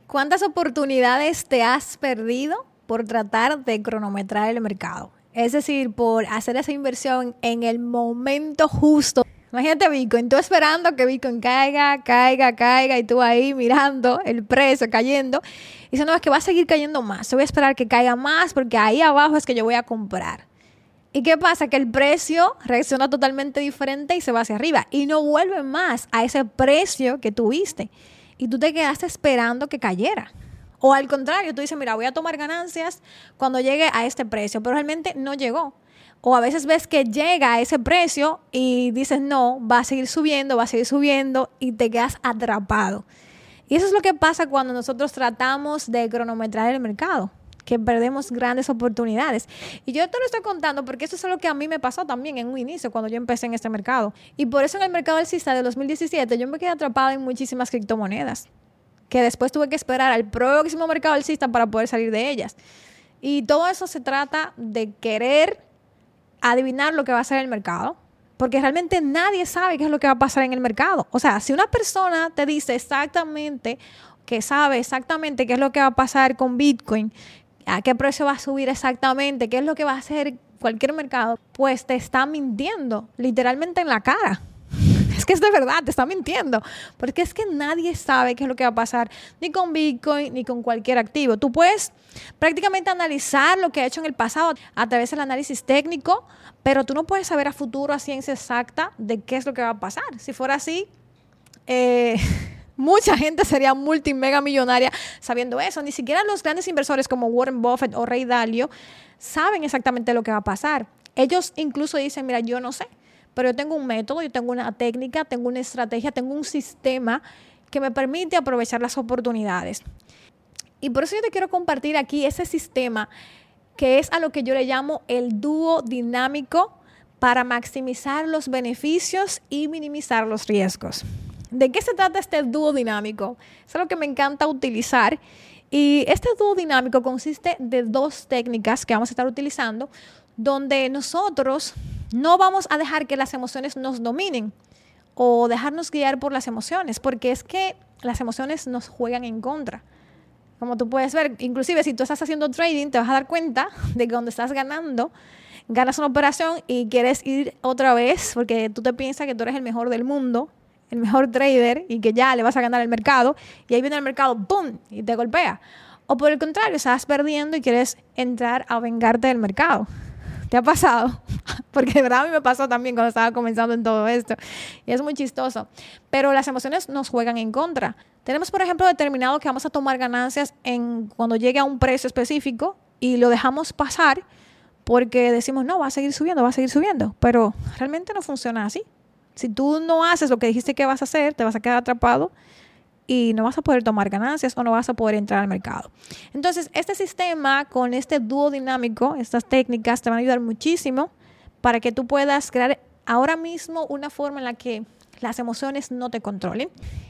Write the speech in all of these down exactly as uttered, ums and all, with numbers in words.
¿Cuántas oportunidades te has perdido por tratar de cronometrar el mercado? Es decir, por hacer esa inversión en el momento justo. Imagínate Bitcoin, tú esperando que Bitcoin caiga, caiga, caiga y tú ahí mirando el precio cayendo y diciendo, no, es que va a seguir cayendo más. Yo voy a esperar que caiga más porque ahí abajo es que yo voy a comprar. ¿Y qué pasa? Que el precio reacciona totalmente diferente y se va hacia arriba y no vuelve más a ese precio que tuviste. Y tú te quedaste esperando que cayera. O al contrario, tú dices, mira, voy a tomar ganancias cuando llegue a este precio, pero realmente no llegó. O a veces ves que llega a ese precio y dices, no, va a seguir subiendo, va a seguir subiendo y te quedas atrapado. Y eso es lo que pasa cuando nosotros tratamos de cronometrar el mercado, que perdemos grandes oportunidades. Y yo te lo estoy contando porque eso es algo que a mí me pasó también en un inicio cuando yo empecé en este mercado. Y por eso en el mercado alcista de dos mil diecisiete yo me quedé atrapada en muchísimas criptomonedas, que después tuve que esperar al próximo mercado alcista para poder salir de ellas. Y todo eso se trata de querer adivinar lo que va a hacer el mercado, porque realmente nadie sabe qué es lo que va a pasar en el mercado. O sea, si una persona te dice exactamente, que sabe exactamente qué es lo que va a pasar con Bitcoin, a qué precio va a subir exactamente, qué es lo que va a hacer cualquier mercado, pues te está mintiendo literalmente en la cara. Es que es de verdad, te está mintiendo, porque es que nadie sabe qué es lo que va a pasar ni con Bitcoin ni con cualquier activo. Tú puedes prácticamente analizar lo que ha hecho en el pasado a través del análisis técnico, pero tú no puedes saber a futuro a ciencia exacta de qué es lo que va a pasar. Si fuera así, eh, mucha gente sería multi mega millonaria sabiendo eso. Ni siquiera los grandes inversores como Warren Buffett o Ray Dalio saben exactamente lo que va a pasar. Ellos incluso dicen, mira, yo no sé, pero yo tengo un método, yo tengo una técnica, tengo una estrategia, tengo un sistema que me permite aprovechar las oportunidades. Y por eso yo te quiero compartir aquí ese sistema que es a lo que yo le llamo el dúo dinámico para maximizar los beneficios y minimizar los riesgos. ¿De qué se trata este dúo dinámico? Es algo que me encanta utilizar. Y este dúo dinámico consiste de dos técnicas que vamos a estar utilizando, donde nosotros no vamos a dejar que las emociones nos dominen o dejarnos guiar por las emociones, porque es que las emociones nos juegan en contra. Como tú puedes ver, inclusive si tú estás haciendo trading, te vas a dar cuenta de que cuando estás ganando, ganas una operación y quieres ir otra vez porque tú te piensas que tú eres el mejor del mundo, el mejor trader y que ya le vas a ganar el mercado y ahí viene el mercado, ¡pum!, y te golpea. O por el contrario, estás perdiendo y quieres entrar a vengarte del mercado. ¿Te ha pasado? Porque de verdad a mí me pasó también cuando estaba comenzando en todo esto. Y es muy chistoso. Pero las emociones nos juegan en contra. Tenemos, por ejemplo, determinado que vamos a tomar ganancias en cuando llegue a un precio específico y lo dejamos pasar porque decimos, no, va a seguir subiendo, va a seguir subiendo. Pero realmente no funciona así. Si tú no haces lo que dijiste que vas a hacer, te vas a quedar atrapado y no vas a poder tomar ganancias o no vas a poder entrar al mercado. Entonces, este sistema con este dúo dinámico, estas técnicas te van a ayudar muchísimo para que tú puedas crear ahora mismo una forma en la que las emociones no te controlen.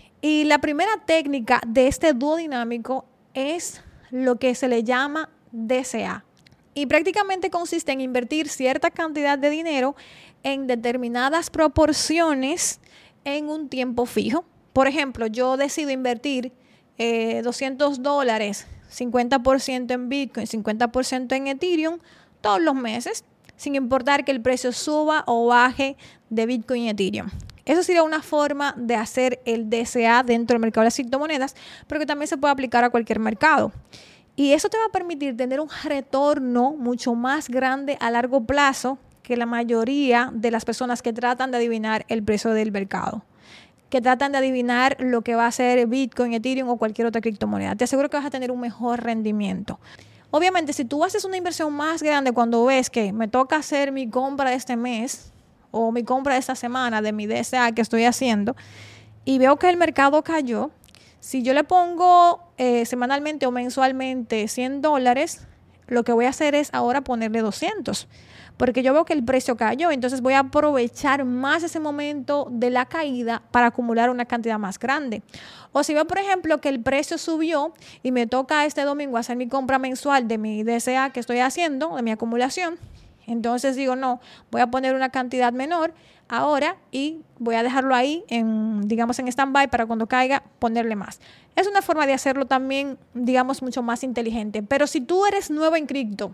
Y la primera técnica de este dúo dinámico es lo que se le llama D C A. Y prácticamente consiste en invertir cierta cantidad de dinero en determinadas proporciones en un tiempo fijo. Por ejemplo, yo decido invertir eh, doscientos dólares, cincuenta por ciento en Bitcoin, cincuenta por ciento en Ethereum todos los meses, sin importar que el precio suba o baje de Bitcoin y Ethereum. Eso sería una forma de hacer el D C A dentro del mercado de las criptomonedas, pero que también se puede aplicar a cualquier mercado. Y eso te va a permitir tener un retorno mucho más grande a largo plazo que la mayoría de las personas que tratan de adivinar el precio del mercado, que tratan de adivinar lo que va a ser Bitcoin, Ethereum o cualquier otra criptomoneda. Te aseguro que vas a tener un mejor rendimiento. Obviamente, si tú haces una inversión más grande cuando ves que me toca hacer mi compra de este mes o mi compra de esta semana de mi D C A que estoy haciendo y veo que el mercado cayó, si yo le pongo eh, semanalmente o mensualmente cien dólares, lo que voy a hacer es ahora ponerle doscientos. Porque yo veo que el precio cayó, entonces voy a aprovechar más ese momento de la caída para acumular una cantidad más grande. O si veo, por ejemplo, que el precio subió y me toca este domingo hacer mi compra mensual de mi D C A que estoy haciendo, de mi acumulación, entonces digo, no, voy a poner una cantidad menor, ahora y voy a dejarlo ahí, en, digamos, en stand-by para cuando caiga ponerle más. Es una forma de hacerlo también, digamos, mucho más inteligente. Pero si tú eres nuevo en cripto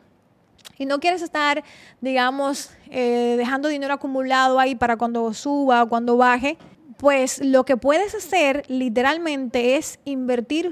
y no quieres estar, digamos, eh, dejando dinero acumulado ahí para cuando suba o cuando baje, pues lo que puedes hacer literalmente es invertir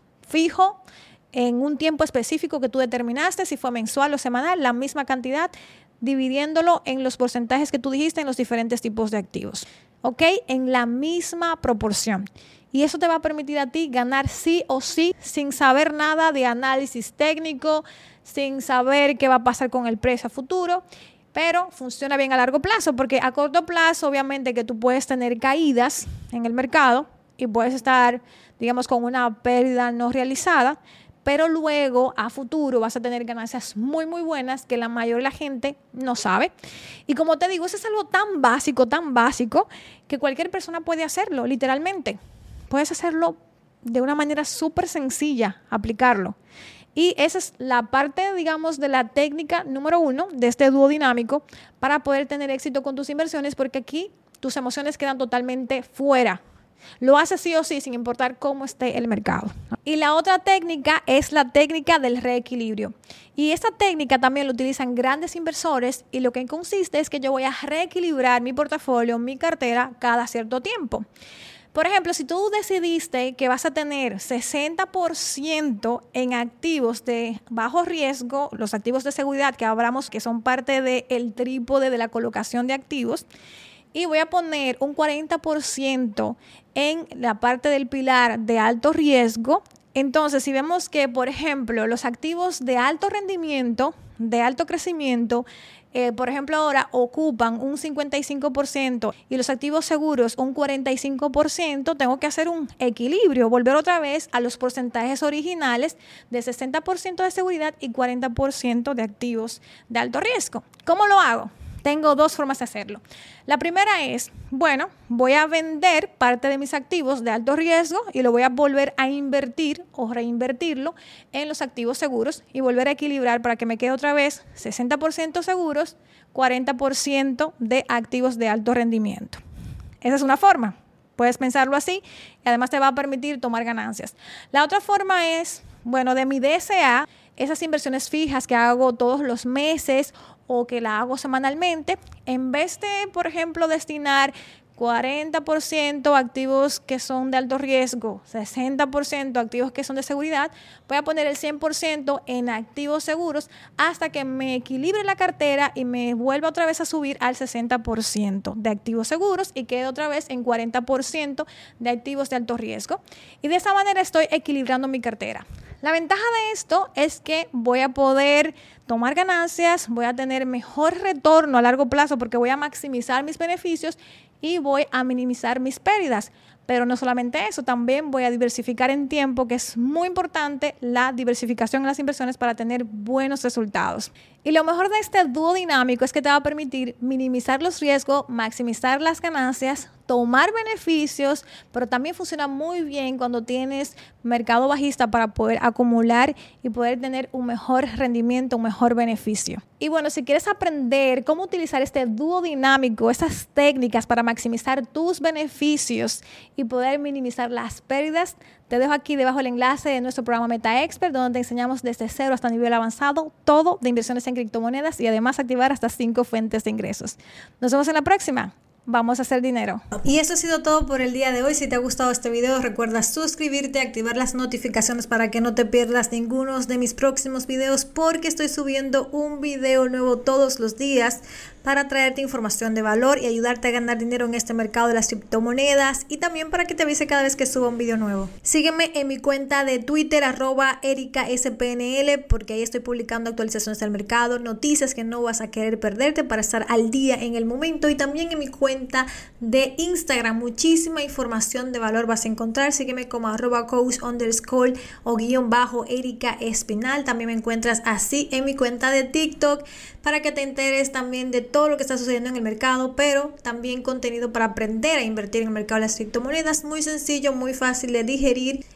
fijo en un tiempo específico que tú determinaste, si fue mensual o semanal, la misma cantidad, dividiéndolo en los porcentajes que tú dijiste en los diferentes tipos de activos, ¿ok? En la misma proporción. Y eso te va a permitir a ti ganar sí o sí, sin saber nada de análisis técnico, sin saber qué va a pasar con el precio a futuro, pero funciona bien a largo plazo, porque a corto plazo, obviamente, que tú puedes tener caídas en el mercado y puedes estar, digamos, con una pérdida no realizada, pero luego a futuro vas a tener ganancias muy, muy buenas que la mayoría de la gente no sabe. Y como te digo, eso es algo tan básico, tan básico, que cualquier persona puede hacerlo, literalmente. Puedes hacerlo de una manera súper sencilla, aplicarlo. Y esa es la parte, digamos, de la técnica número uno de este dúo dinámico para poder tener éxito con tus inversiones, porque aquí tus emociones quedan totalmente fuera. Lo haces sí o sí, sin importar cómo esté el mercado. Y la otra técnica es la técnica del reequilibrio. Y esta técnica también la utilizan grandes inversores y lo que consiste es que yo voy a reequilibrar mi portafolio, mi cartera, cada cierto tiempo. Por ejemplo, si tú decidiste que vas a tener sesenta por ciento en activos de bajo riesgo, los activos de seguridad que hablamos que son parte del trípode de la colocación de activos, y voy a poner un cuarenta por ciento en la parte del pilar de alto riesgo. Entonces, si vemos que, por ejemplo, los activos de alto rendimiento, de alto crecimiento, eh, por ejemplo, ahora ocupan un cincuenta y cinco por ciento y los activos seguros un cuarenta y cinco por ciento, tengo que hacer un equilibrio, volver otra vez a los porcentajes originales de sesenta por ciento de seguridad y cuarenta por ciento de activos de alto riesgo. ¿Cómo lo hago? Tengo dos formas de hacerlo. La primera es, bueno, voy a vender parte de mis activos de alto riesgo y lo voy a volver a invertir o reinvertirlo en los activos seguros y volver a equilibrar para que me quede otra vez sesenta por ciento seguros, cuarenta por ciento de activos de alto rendimiento. Esa es una forma. Puedes pensarlo así y además te va a permitir tomar ganancias. La otra forma es, bueno, de mi D S A, esas inversiones fijas que hago todos los meses o que la hago semanalmente, en vez de, por ejemplo, destinar cuarenta por ciento a activos que son de alto riesgo, sesenta por ciento a activos que son de seguridad, voy a poner el cien por ciento en activos seguros hasta que me equilibre la cartera y me vuelva otra vez a subir al sesenta por ciento de activos seguros y quede otra vez en cuarenta por ciento de activos de alto riesgo. Y de esa manera estoy equilibrando mi cartera. La ventaja de esto es que voy a poder tomar ganancias, voy a tener mejor retorno a largo plazo porque voy a maximizar mis beneficios y voy a minimizar mis pérdidas. Pero no solamente eso, también voy a diversificar en tiempo, que es muy importante la diversificación en las inversiones para tener buenos resultados. Y lo mejor de este dúo dinámico es que te va a permitir minimizar los riesgos, maximizar las ganancias, tomar beneficios, pero también funciona muy bien cuando tienes mercado bajista para poder acumular y poder tener un mejor rendimiento, un mejor beneficio. Y bueno, si quieres aprender cómo utilizar este dúo dinámico, estas técnicas para maximizar tus beneficios y poder minimizar las pérdidas, te dejo aquí debajo el enlace de nuestro programa Meta Expert, donde te enseñamos desde cero hasta nivel avanzado todo de inversiones en criptomonedas y además activar hasta cinco fuentes de ingresos. Nos vemos en la próxima. Vamos a hacer dinero. Y eso ha sido todo por el día de hoy. Si te ha gustado este video, recuerda suscribirte, activar las notificaciones para que no te pierdas ninguno de mis próximos videos, porque estoy subiendo un video nuevo todos los días para traerte información de valor y ayudarte a ganar dinero en este mercado de las criptomonedas, y también para que te avise cada vez que suba un video nuevo. Sígueme en mi cuenta de Twitter, arroba Erika S P N L, porque ahí estoy publicando actualizaciones del mercado, noticias que no vas a querer perderte para estar al día en el momento, y también en mi cuenta de Instagram, muchísima información de valor vas a encontrar. Sígueme como arroba coach underscore o guión bajo Erika Espinal. También me encuentras así en mi cuenta de TikTok para que te enteres también de todo lo que está sucediendo en el mercado, pero también contenido para aprender a invertir en el mercado de las criptomonedas, muy sencillo, muy fácil de digerir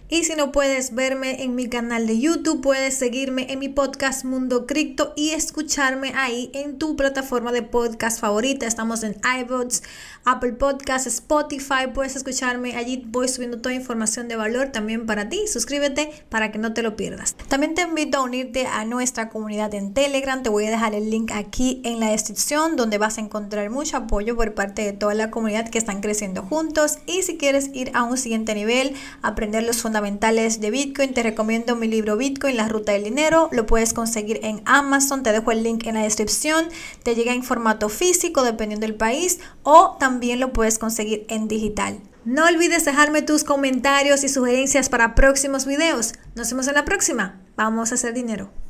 Y si no puedes verme en mi canal de YouTube, puedes seguirme en mi podcast Mundo Cripto y escucharme ahí en tu plataforma de podcast favorita. Estamos en iVoox, Apple Podcasts, Spotify. Puedes escucharme allí. Voy subiendo toda información de valor también para ti. Suscríbete para que no te lo pierdas. También te invito a unirte a nuestra comunidad en Telegram. Te voy a dejar el link aquí en la descripción, donde vas a encontrar mucho apoyo por parte de toda la comunidad que están creciendo juntos. Y si quieres ir a un siguiente nivel, aprender los fundamentales de Bitcoin, te recomiendo mi libro Bitcoin, la ruta del dinero. Lo puedes conseguir en Amazon. Te dejo el link en la descripción. Te llega en formato físico dependiendo del país, o también lo puedes conseguir en digital. No olvides dejarme tus comentarios y sugerencias para próximos videos. Nos vemos en la próxima. Vamos a hacer dinero.